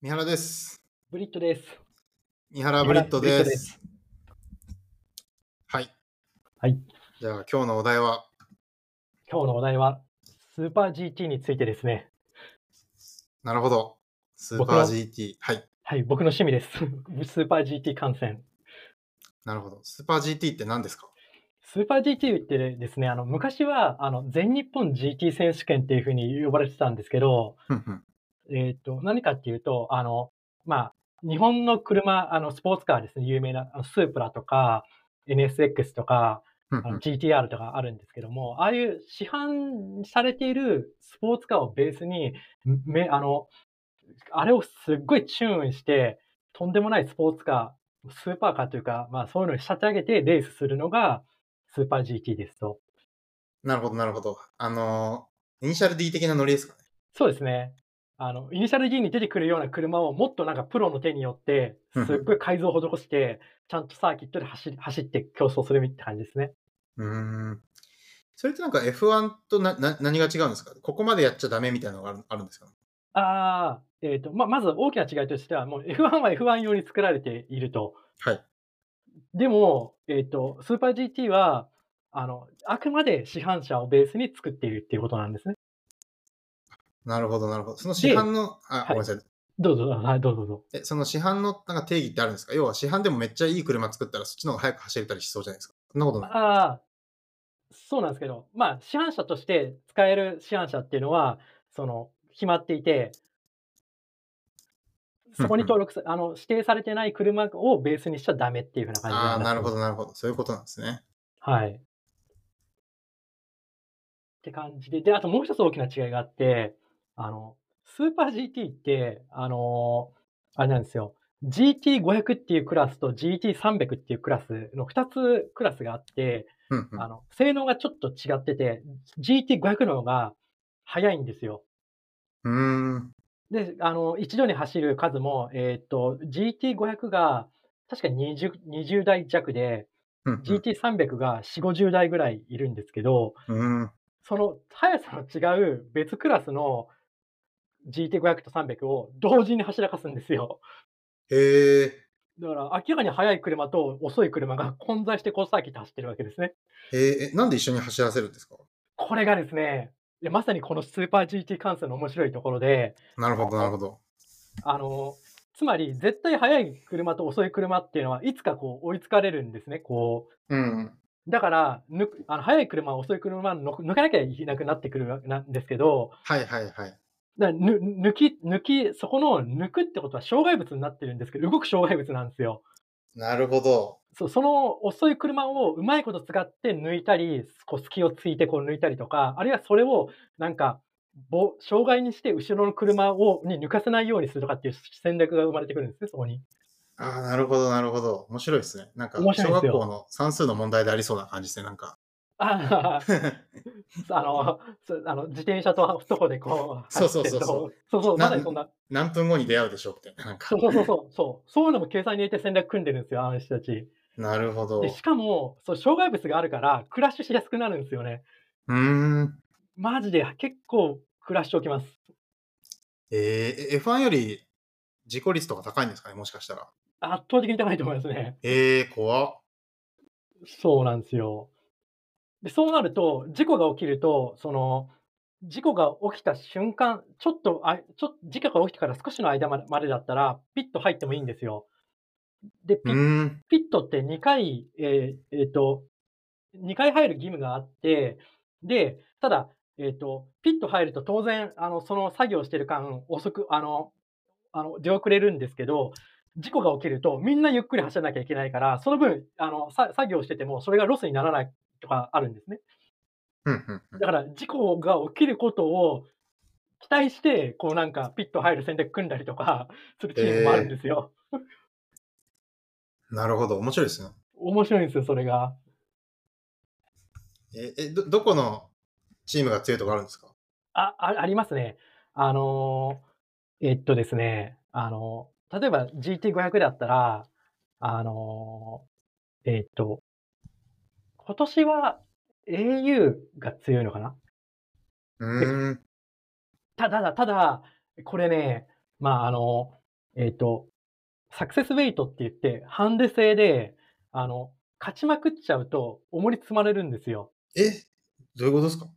三原です。 ブリットです。 三原三原ブリットブリットです。 です。はい。 はい。 じゃあ今日のお題は、 今日のお題は、スーパー GT についてですね。 なるほど。スーパー僕の GT。はい。 はい、僕の趣味です。スーパー GT 観戦。 なるほど。スーパー GT って何ですか？ スーパー GT ってですね、昔は、全日本 GT 選手権っていう風に呼ばれてたんですけど、 ふんふん。 何かっていうと、まあ、日本の車、スポーツカーですね、有名な、スープラとか、NSX とか、 ふんふん。 GTR とかあるんですけども、ああいう市販されているスポーツカーをベースに、あれをすっごいチューンして、とんでもないスポーツカー、スーパーカーというか、そういうのに仕立て上げてレースするのがスーパー GT ですと。 なるほど、なるほど。イニシャル D 的なノリですかね。 そうですね。イニシャル D に出てくるような車をもっとなんかプロの手によって、 ふんふん。 すっごい改造を施して、ちゃんとサーキットで走って競争するって感じですね。 うーん。それってなんか F1 と何が違うんですか？ここまでやっちゃダメみたいなのがあるんですかね？ まず大きな違いとしては、もう F1 は F1 用に作られていると。 はい。 でも、スーパー GT は、あくまで市販車をベースに作っているっていうことなんですね。 なるほど、なるほど。その市で販の、あ、 はい。 ごめんなさい。 どうぞ、はい、どうぞどうぞ。 その市販のなんか定義ってあるんですか？要は市販でもめっちゃいい車作ったらそっちの方が速く走れたりしそうじゃないですか。そんなことない？ ああ、そうなんですけど、市販車として使える市販車っていうのは、決まっていて、そこにふんふん。 指定されてない車をベースにしちゃダメっていう風な感じああ、なるほど、 になってます。 なるほど。そういうことなんですね。 はい。って感じで、で、あともう一つ大きな違いがあって、スーパー GT って、あれなんですよ。GT500 っていうクラスと GT300 っていうクラスの2つクラスがあって、 ふんふん。 性能がちょっと違ってて、GT500 の方が速いんですよ。 うーん。 で、一度に走る数も、GT500 が確か20台弱で、 ふんふん。 GT300 が4、50台ぐらいいるんですけど、 うーん。 その速さの違う別クラスの GT500 と300を同時に走らかすんですよ。 へえ。 だから明らかに速い車と遅い車が混在してこうサーキット走ってるわけですね。 へえ、なんで一緒に走らせるんですか？ これがですね、まさにこのスーパー GT 関数の面白いところで、 なるほど、なるほど。 あの、つまり絶対速い車と遅い車っていうのはいつかこう追いつかれるんですね。 うん。 だから、速い車、遅い車抜かなきゃいけなくなってくるわけなんですけど、 はいはいはい。 そこの抜くってことは障害物になってるんですけど、動く障害物なんですよ。 なるほど。 その遅い車をうまいこと使って抜いたり、こう隙を突いてこう抜いたりとか、あるいはそれをなんか、障害にして後ろの車に抜かせないようにするとかっていう戦略が生まれてくるんですね、そこに。 ああ、なるほどなるほど。面白いですね。なんか、 面白い小んですよ。 学校の算数の問題でありそうな感じですね、なんか。 ああ、自転車と徒歩でこうそう走っそうそうそう。 てると、そうそう、まさにそんな、 何分後に出会うでしょうみたいな、なんか。 そういうのも計算に入れて戦略組んでるんですよ、あの人たち。 なるほで、しど。 かも、障害物があるから、クラッシュしやすくなるんですよね。 うーん。 マジで結構クラッシュ起きます。 F1 より事故率とか高いんですかね、もしかしたら。 圧倒的に高いと思いますね。 怖っ。 そうなんですよ。で、そうなると、事故が起きると、事故が起きた瞬間、事故が起きてから少しの間までだったら、ピット入ってもいいんですよ。で、 うーん。 ピットって2回入る義務があって、で、ただ、ピット入ると当然、その作業してる間、遅く、出遅れるんですけど、事故が起きるとみんなゆっくり走らなきゃいけないから、その分、作業しててもそれがロスにならないとかあるんですね。 ふんふんふん。 だから事故が起きることを期待して、こうなんかピット入る戦略組んだりとかするチームもあるんでえすよ。 なるほど、面白いですね。 面白いんですよ、それが。 どこのチームが強いとかあるんですか？ ありますね。あの、ですね、例えば GT500 だったら、あの、えっと、今年は au が強いのかな。 うで、 ーん。 ただ、これね、まあ、 えっと、サクセスウェイトって言って、ハンデ制で、勝ちまくっちゃうと、重り積まれるんですよ。 え、どういうことですか？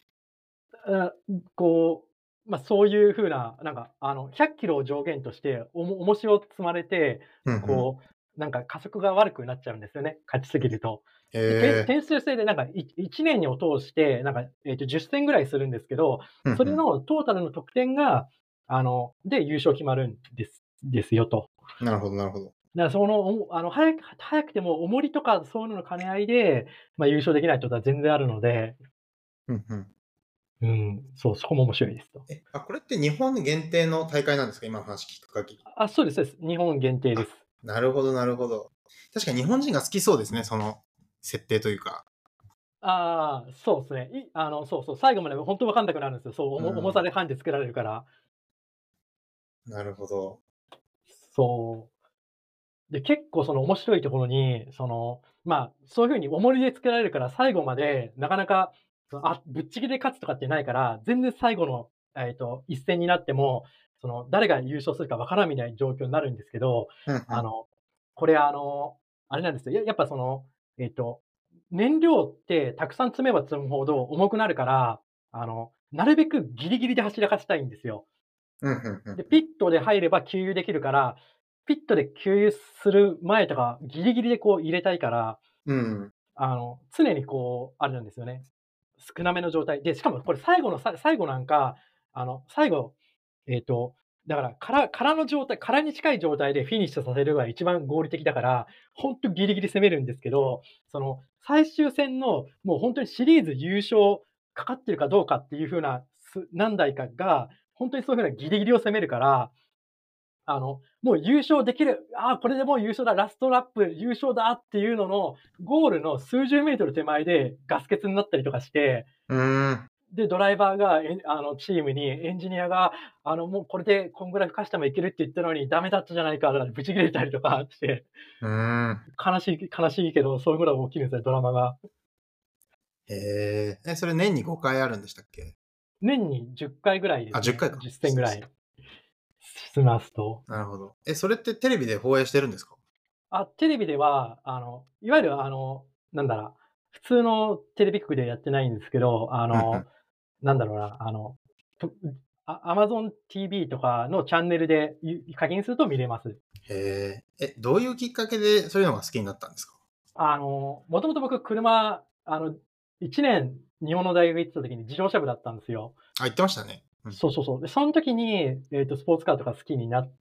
こそういう風な、100キロを上限として、重しを積まれて、 うんうん。 加速が悪くなっちゃうんですよね、勝ちすぎると。 へで、 え。 点数制で1年を通して、10戦ぐらいするんですけど、それうんうん。 のトータルの得点が、で、優勝決まるんですよと。 なるほどなるほど。 だからその、早くても重りとかそういうのの兼ね合いで、優勝できないってことは全然あるので、 うんうん。 うん、そう、そこも面白いですと。 これって日本限定の大会なんですか？今の話聞く限り。 あ、そうですそうです。日本限定であ、 す。 なるほどなるほど。確かに日本人が好きそうですね、その設定というか。 ああ、そうですね。そうそう、最後までほんと分かんなくなるんですよ。そう、重さうん。 でハンデ作られるから。 なるほど。 そう。で、結構その面白いところに、そういう風に重りで作られるから、最後までなかなか、ぶっちぎりで勝つとかってないから、全然最後の、一戦になっても、誰が優勝するか分からんみたいな状況になるんですけど、 うんうん。 あの、これあれなんですよ。やっぱえっと、燃料ってたくさん積めば積むほど重くなるから、なるべくギリギリで走らかしたいんですよ。 うんうんうんで、 うん。 ピットで入れば給油できるから、ピットで給油する前とか、ギリギリでこう入れたいから、 うん。 常にこう、あれなんですよね。少なめの状態。で、しかもこれ最後なんか、最後、えっと、だから、空に近い状態でフィニッシュさせるのが一番合理的だから、ほんとギリギリ攻めるんですけど、最終戦のもうほんとにシリーズ優勝かかってるかどうかっていう風な、何台かが、ほんとにそういう風なギリギリを攻めるから、もう優勝できる、ああ、これでもう優勝だ、ラストラップ優勝だっていうのの、ゴールの数十メートル手前でガス欠になったりとかして、 うーん。 で、ドライバーが、チームに、エンジニアが、もうこれでこんぐらい吹かしてもいけるって言ったのにダメだったじゃないかとかブチ切れたりとかして、 うーん。 悲しいけど、そういうことが起きるんですよ、ドラマが。 へえ。それ年に5回あるんでしたっけ？ 年に10回ぐらいであ、10 すね。 回か。 10戦ぐらい失礼した。 しますと。 なるほど。それってテレビで放映してるんですか？ テレビでは、いわゆるなんだろう、普通のテレビ局でやってないんですけど、 うんうん。 なんだろうな、とAmazon TV とかのチャンネルで課金すると見れます。 へえ。どういうきっかけでそういうのが好きになったんですか？ もともと僕車、1年日本の大学行ってた時に自動車部だったんですよ。 あ、言ってましたね。うん。 そうそうそう。で、その時に、スポーツカーとか好きになって、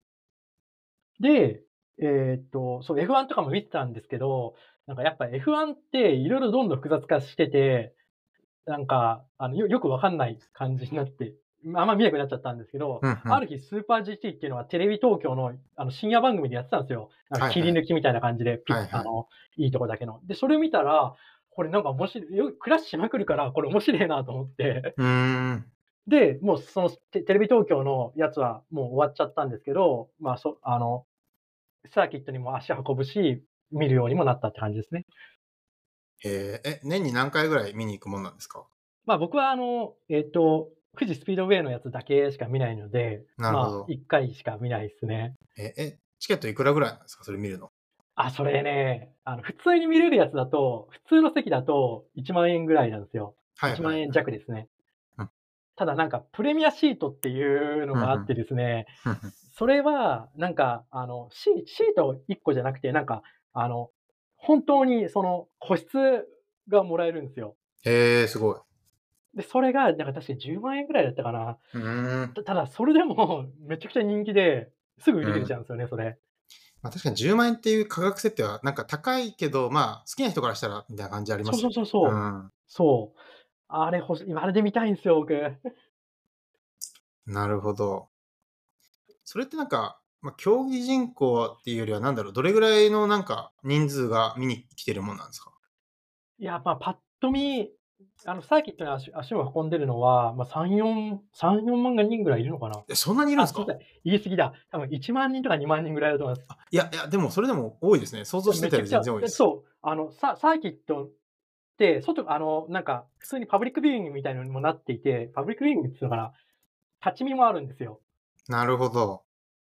で、そう、F1 とかも見てたんですけど、なんかやっぱ F1 って色々どんどん複雑化してて、よくわかんない感じになって、あんま見なくなっちゃったんですけど、 うんうん。 ある日スーパー GT っていうのはテレビ東京の、深夜番組でやってたんですよ。切りはいはい。 抜きみたいな感じで、 はいはい。 いいとこだけの。で、それ見たら、これなんかクラッシュしまくるから、これ面白いなと思って。 うーん。 で、もうそのテレビ東京のやつはもう終わっちゃったんですけど、サーキットにも足運ぶし、見るようにもなったって感じですね。 へえ。年に何回ぐらい見に行くもんなんですか？ 僕は富士スピードウェイのやつだけしか見ないので、 なるほど。 1回しか見ないですね。 チケットいくらぐらいなんですか？それ見るの。 それね、普通に見れるやつだと、普通の席だと1万円ぐらいなんですよ。1 はいはいはい。 万円弱ですね。 うん。 ただなんかプレミアシートっていうのふんふん。 があってですね、 ふんふん。 それはシート1個じゃなくて、あの、本当にその個室がもらえるんですよ。 へえ、すごい。 で、それが確か10万円ぐらいだったかな。 うーん。 ただそれでもめちゃくちゃ人気で、すぐ売り切れちうん。 ゃうんですよね、それ。 確かに10万円っていう価格設定はなんか高いけど、好きな人からしたらみたいな感じありまそうそうすよね。 そうそう。 うん。 そう。あれで見たいんですよ、僕。 なるほど。それってなんか、競技人口っていうよりはなんだろう、どれぐらいのなんか人数が見に来てるもんなんですか？ いや、パッと見、サーキットに足を運んでるのは、3、4万人ぐらいいるのかな。 そんなにいるんですか？ すいません、言い過ぎだ。多分1万人とか2万人ぐらいだと思います。 いやいや、でもそれでも多いですね。想像してたよりめちゃくちゃ、 全然多いです。 そう、サーキットって、普通にパブリックビューイングみたいなのにもなっていて、パブリックビューイングっていうのかな、立ち見もあるんですよ。 なるほど。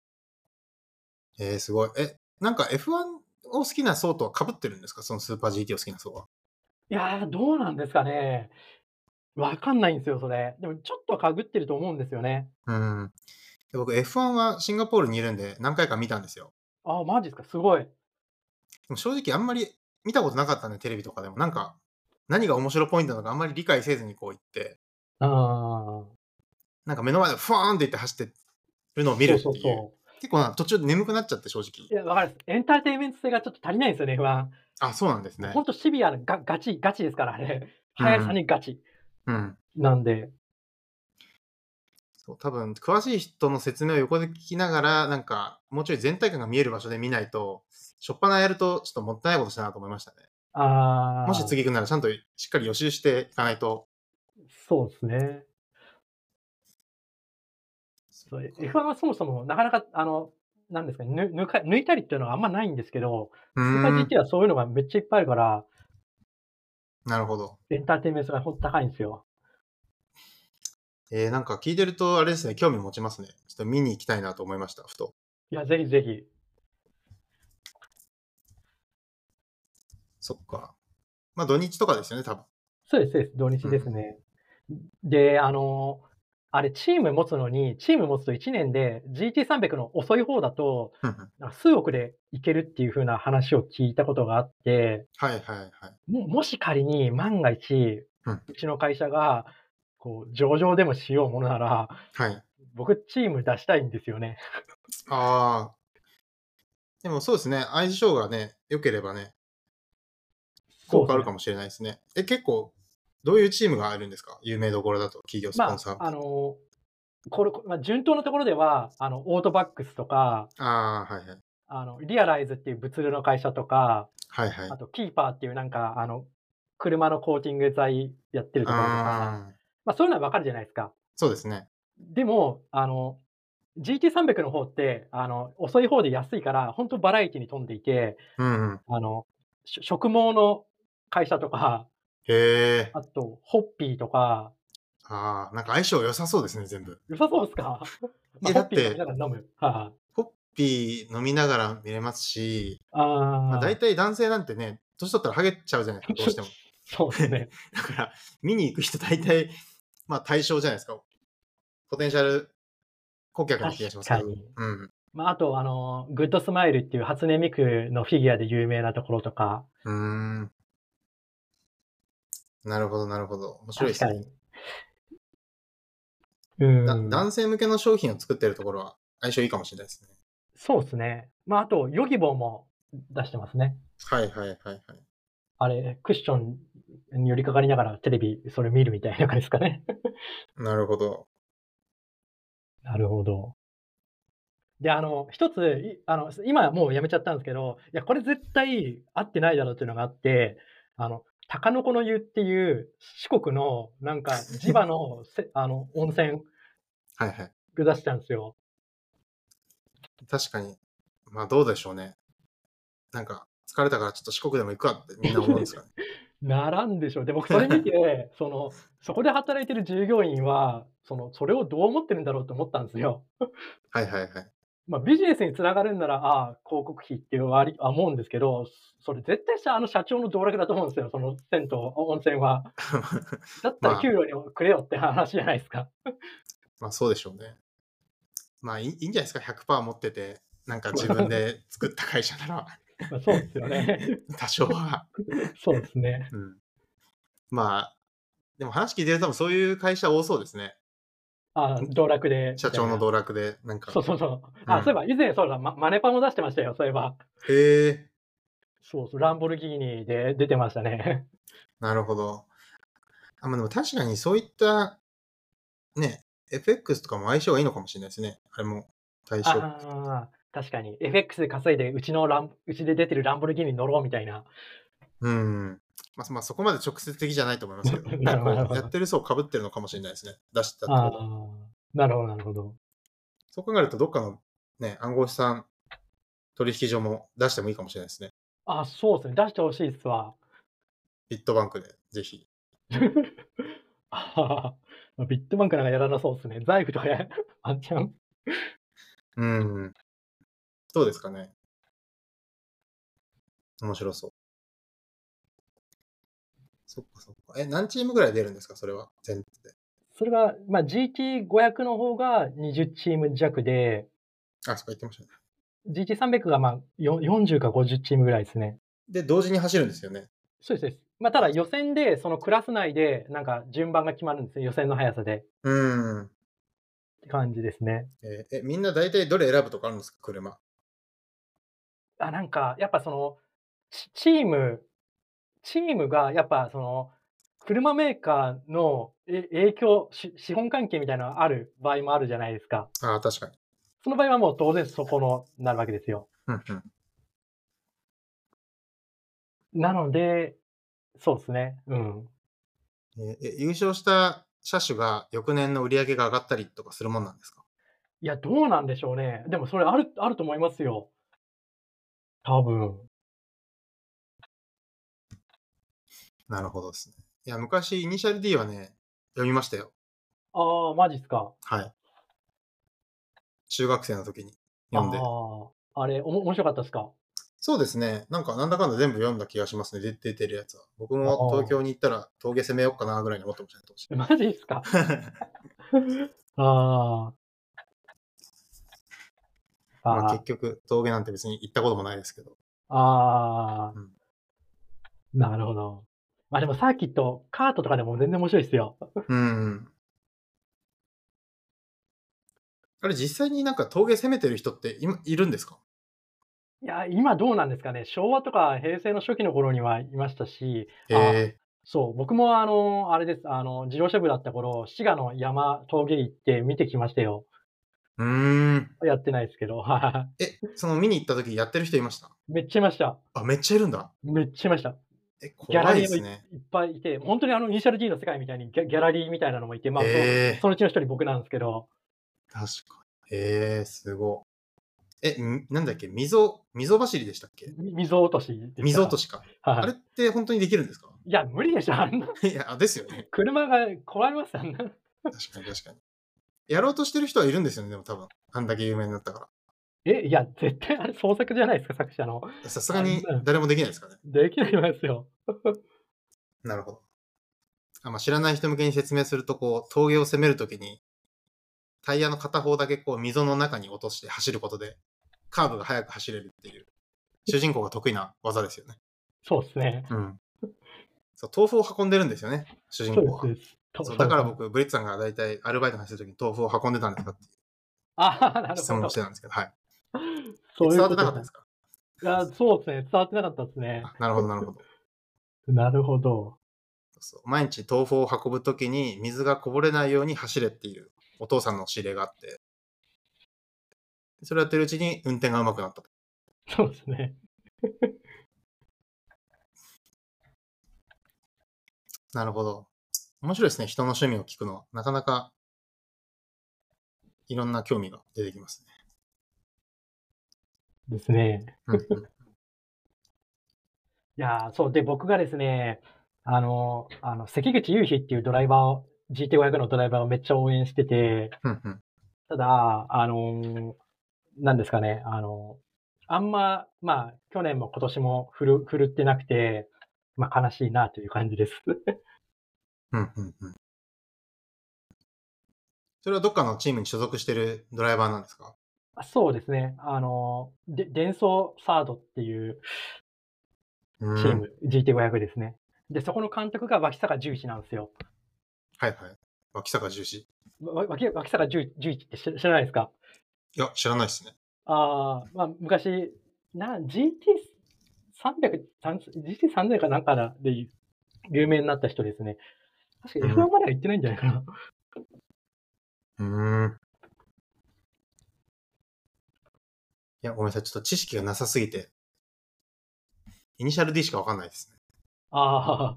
すごい。なんか F1 を好きな層とは被ってるんですか？そのスーパー GT を好きな層は。 いや、どうなんですかね。わかんないんですよ、それ。でもちょっとは被ってると思うんですよね。 うん。で、僕 F1 はシンガポールにいるんで、何回か見たんですよ。 ああ、マジっすか、すごい。 でも正直あんまり見たことなかったんで、テレビとかでも。なんか、何が面白ポイントなのかあんまり理解せずにこう行って、 ああ、 なんか目の前でフワーンって行って走ってるのを見るそうっていう。 そうそう。 結構途中で眠くなっちゃって正直。 いや、わかるっす。エンターテインメント性がちょっと足りないんですよね、F1。 あ、そうなんですもうほね。 んとシビアなガチですから、あれ。速さうん。 にガチ。 うん。 なんで、 そう、多分詳しい人の説明を横で聞きながら、なんか、もうちょい全体感が見える場所で見ないと、初っ端やるとちょっともったいないことしたなと思いましたね。もしああ、 次行くならちゃんとしっかり予習していかないと。 そうですね。そう、 そっか。 F1 はそもそもなかなかなんですかね、抜いたりっていうのはあんまないんですけど、 うスーパーーん、 GT はそういうのがめっちゃいっぱいあるから、 なるほど。 エンターテインメントがほんと高いんですよ。 なんか聞いてるとあれですね、興味持ちますね。ちょっと見に行きたいなと思いました、ふと。 いや、ぜひぜひ。 そっか。ま、土日とかですよね、多分。 そうです、土うん。 日ですね。で、あれチーム持つと1年で GT300 の遅い方だと、 ふんふん。 なんか数億でいけるっていう風な話を聞いたことがあって、 はいはいはい。 もし仮に万が一、 うん。 うちの会社がこう上場でもしようものなら、 はい。 僕チーム出したいんですよね。 ああ、でもそうですね、相性がね、良ければね、 そうですね。 効果あるかもしれないですね。結構、どういうチームがあるんですか？有名どころだと、企業スポンまあ、 サー。 まあ、順当なところでは、オートバックスとか、 ああ、はいはい。 リアライズっていう物流の会社とか、 はいはい。 あとキーパーっていうなんか、車のコーティング剤やってるところとか、 ああ、 ま、そういうのはわかるじゃないですか。 そうですね。 でも、GT300 の方って、遅い方で安いから、ほんとバラエティに富んでいて、 うんうん。 あの、植毛の会社とか、 へえ。 あとホッピーとか、 ああ、なんか相性良さそうですね、全部。 良さそうですか？ま、 だホッピー飲みなって、 がら飲む。はい。 ホッピー飲みながら見れますし、ま、大ああ、 体男性なんてね、年取ったらハゲちゃうじゃないですか、どうしても。 そうですね。 だから、見に行く人大体、ま、対象じゃないですか。ポテンシャル顧客な確気がしますけど。 かに。 うん。 ま、あと、グッドスマイルっていう初音ミクのフィギュアで有名なところとか、 うーん。なるほどなるほど。面白いですね。 確かに。うーん、 男性向けの商品を作ってるところは相性いいかもしれないですね。 そうすね。ま、あと、ヨギボーも出してますね。 はいはいはいはい。 あれ、クッションに寄りかかりながらテレビそれ見るみたいな感じですかね。 なるほど。 なるほど。で、一つ、今もうやめちゃったんですけど、いや、これ絶対合ってないだろうっていうのがあって、鷹の子の湯っていう四国のなんか地場の温泉はいはい。 が出したんですよ。 確かに。ま、どうでしょうね。なんか、疲れたからちょっと四国でも行くわってみんな思うんですかね。 ならんでしょう。で、僕それ見て、そこで働いてる従業員は、それをどう思ってるんだろうと思ったんですよ。 はいはいはい。 ま、ビジネスに繋がるんなら、ああ、広告費って思うんですけど、それ絶対社長の道楽だと思うんですよ、その銭湯、温泉は。だったらまあ、 給料にもくれよって話じゃないですか。 ま、そうでしょうね。まあ、いいんじゃないですか、100%持ってて、なんか自分で作った会社なら、 ま、そうですよね。 多少は。 そうですね。 うん。まあ、でも話聞いてると多分そういう会社多そうですね。 ああ、道楽でみ社長のたいな。 道楽で、なんか、 そうそうそう。あ、そういえうん。 ば以前そうだ、マネパも出してましたよ、そういえば。 へえ、 そうそう、ランボルギーニで出てましたね。 なるほど。でも確かにそういった、ね、FX とかも相性がいいのかもしれないですね。あれも、対象。 ああ、確かに。FX で稼いで、うちで出てるランボルギーニに乗ろうみたいな。 うん。ま、そこまで直接的じゃないと思いますけど、 なるほどなるほど。 やってる層被ってるのかもしれないですね。出したってあことは。 あ、なるほどなるほど。 そう考えるとどっかのね、暗号資産取引所も出してもいいかもしれないですね。 あ、そうですね、出して欲しいっすわ。 ビットバンクで、ぜひ。 ああ、ビットバンクなんかやらなそうっすね。財布とかあんちゃん。 うん。 どうですかね。面白そう。そっかそっか。何チームぐらい出るんですか、それは。全部で。 それが、まあ、GT500 の方が20チーム弱で、 あ、そっか言ってましたね。 GT300 がまあ、40か50チームぐらいですね。 で、同時に走るんですよね。 そうです。まあ、ただ予選で、そのクラス内で、なんか順番が決まるんですよ。予選の速さで。って感じですね。 みんな大体どれ選ぶとかあるんですか、車。 なんか、やっぱその、チームがやっぱその、車メーカーの影響、資本関係みたいなのがある場合もあるじゃないですか。 ああ、確かに。 その場合はもう当然そこのなるわけですよ。 うんうん。 なので、そうですね。うん。 優勝した車種が翌年の売り上げが上がったりとかするもんなんですか？ いや、どうなんでしょうね。でもそれあると思いますよ。多分。 なるほどですね。いや、昔、イニシャル D はね、読みましたよ。 ああ、マジっすか。 はい。中学生の時に読んで。 ああ、あれ、面白かったっすか？ そうですね。なんか、なんだかんだ全部読んだ気がしますね。出てるやつは。僕あも東京あ、 に行ったら峠攻めようかなぐらいに思ってましたね、当時。 マジっすか？ああ、 まああ結局、峠なんて別に行ったこともないですけど。 あ、ああ、 うん。 なるほど。ま、でもサーキット、カートとかでも全然面白いっすよ。 うん。あれ実際になんか峠攻めてる人って今いるんですか？ いや、今どうなんですかね。昭和とか平成の初期の頃にはいましたし、 へえ。 そう、僕もあれです、自動車部だった頃、滋賀の峠行って見てきましたよ。 うーん。 やってないですけど、はい。 その見に行った時やってる人いました？ めっちゃいました。 あ、めっちゃいるんだ。 めっちゃいました。ギャラ怖いリーもいですね。 いっぱいいて、ほんとにイニシャル D の世界みたいにギャラリーみたいなのもいて、まへあ、そえ、 のうちの一人僕なんすけど、 確かに。へえ、すご。なんだっけ、溝走りでしたっけ？ 溝落としでした。 溝落としか。あれっはい。 てほんとにできるんですか？ いや、無理でしょ、あんな。 いや、ですよね。 車が壊れます、あんな。 確かに確かに。やろうとしてる人はいるんですよね、でも多分。あんだけ有名になったかいや、絶対あれ創作じゃないですか、作者の。 ら。さすがあんな、 に誰もできないですかね。 できないますよ。 なるほど。知らない人向けに説明すると、こう、峠を攻める時に、タイヤの片方だけこう、溝の中に落として走ることで、カーブが速く走れるっていう、主人公が得意な技ですよね。 そうっすね。 うん。そう、豆腐を運んでるんですよね、主人そう公は。 ですそうです。 そう、だそうそう。 から僕、ブリッツさんが大体アルバイトにするときに豆腐を運んでたんですかっていうああ、なる質問をしほど。 てたんですけど、はい。 そういう伝わってことか。 なかったですか？ いや、そうですね、伝わってなかったっすね。 なるほどなるほど。 なるほど。 そう、毎日豆腐を運ぶときに水がこぼれないように走れっていうお父さんの指令があって、それをやってるうちに運転が上手くなったと。 そうですね。 なるほど。面白いですね、人の趣味を聞くのは。なかなかいろんな興味が出てきますね。 ですね。 うんうん。 いや、そう、で、僕がですね、関口雄飛っていうドライバーを GT500 のドライバーをめっちゃ応援してて、 うんうん。 ただ、なんですかね、あんま、まあ、去年も今年も振るってなくて、まあ、悲しいなという感じです。 うんうんうん。それはどっかのチームに所属してるドライバーなんですか？ そうですね。デンソーサードっていううん。 チーム、GT500 ですね。で、そこの監督が脇坂重一なんですよ。 はいはい。脇坂重視。 脇坂重一って知らないですか？ いや、知らないですね。 まあ、昔、GT300、GT3000かなんかで有名になった人ですね。確かうん。 F1 までは行ってないんじゃないかな。 うーん。いや、ごめんなさい。ちょっと知識がなさすぎて、イニシャル D しかわかんないですね。 ああ、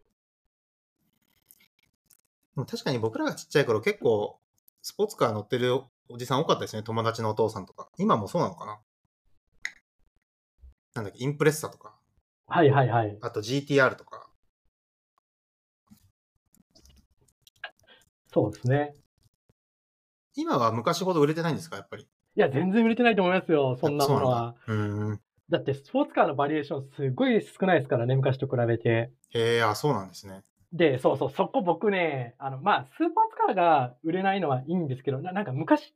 でも確かに僕らがちっちゃい頃結構、スポーツカー乗ってるおじさん多かったですね。友達のお父さんとか。今もそうなのかな。なんだっけ、インプレッサとか、 はいはいはい。 あと GTR とか。 そうですね。 今は昔ほど売れてないんですか、やっぱり。 いや、全然売れてないと思いますよ、そんなものは。だってスポーツカーのバリエーションすごい少ないですからね、昔と比べて。 へえ、あ、そうなんですね。 で、そうそう、そこ僕ね、まあ、スーパーツカーが売れないのはいいんですけど、なんか昔って、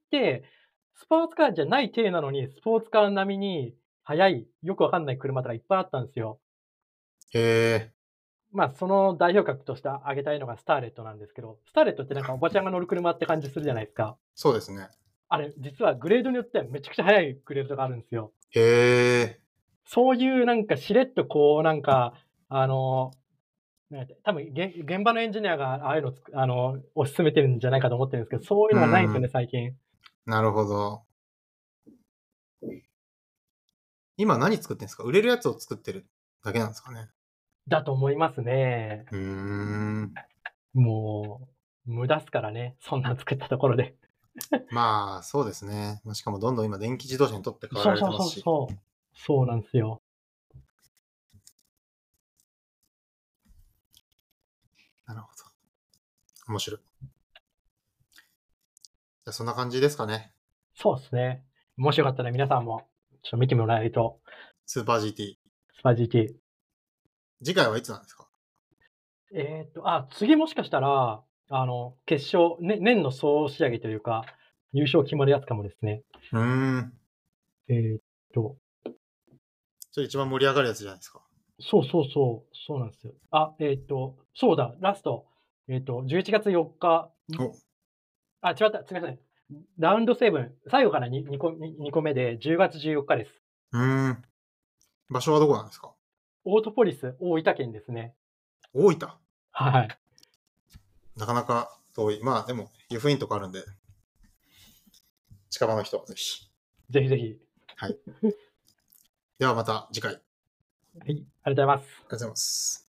スポーツカーじゃない体なのに、スポーツカー並みに速い、よくわかんない車とかいっぱいあったんですよ。 へえ。 まあ、その代表格として挙げたいのがスターレットなんですけど、スターレットってなんかおばちゃんが乗る車って感じするじゃないですか。 そうですね。 あれ、実はグレードによってはめちゃくちゃ速いグレードがあるんですよ。 へえ。 そういうなんかしれっとこうなんか、多分現場のエンジニアがああいうの推し進めてるんじゃないかと思ってるんですけど、そういうのがないんですよね、最近。 なるほど。今何作ってんですか？売れるやつを作ってるだけなんですかね？ だと思いますね。もう、無駄っすからね、そんなん作ったところで。 まあ、そうですね。ま、しかもどんどん今電気自動車に取って代わらそうそうれてますし。 そうそう。そうなんすよ。 なるほど。面白い。じゃ、そんな感じですかね。 そうっすね。もしよかったら皆さんも、ちょっと見てもらえると。 スーパー GT。 スパ GT。 次回はいつなんですか？ 次もしかしたら、決勝、年の総仕上げというか、優勝決まるやつかもですね。えーっと、 それ一番盛り上がるやつじゃないですか。 そうそうそう、そうなんですよ。そうだ、ラスト、11月4日、 お、 違った、すみません。ラウンド7、最後から2個目で10月14日です。 場所はどこなんですか？ オートポリス、大分県ですね。 大分。 はい。 なかなか遠い。まあでも、湯布院とかあるんで、近場の人はぜひ。 ぜひぜひ。 はい。ではまた次回。 はい、ありがとうございます。 ありがとうございます。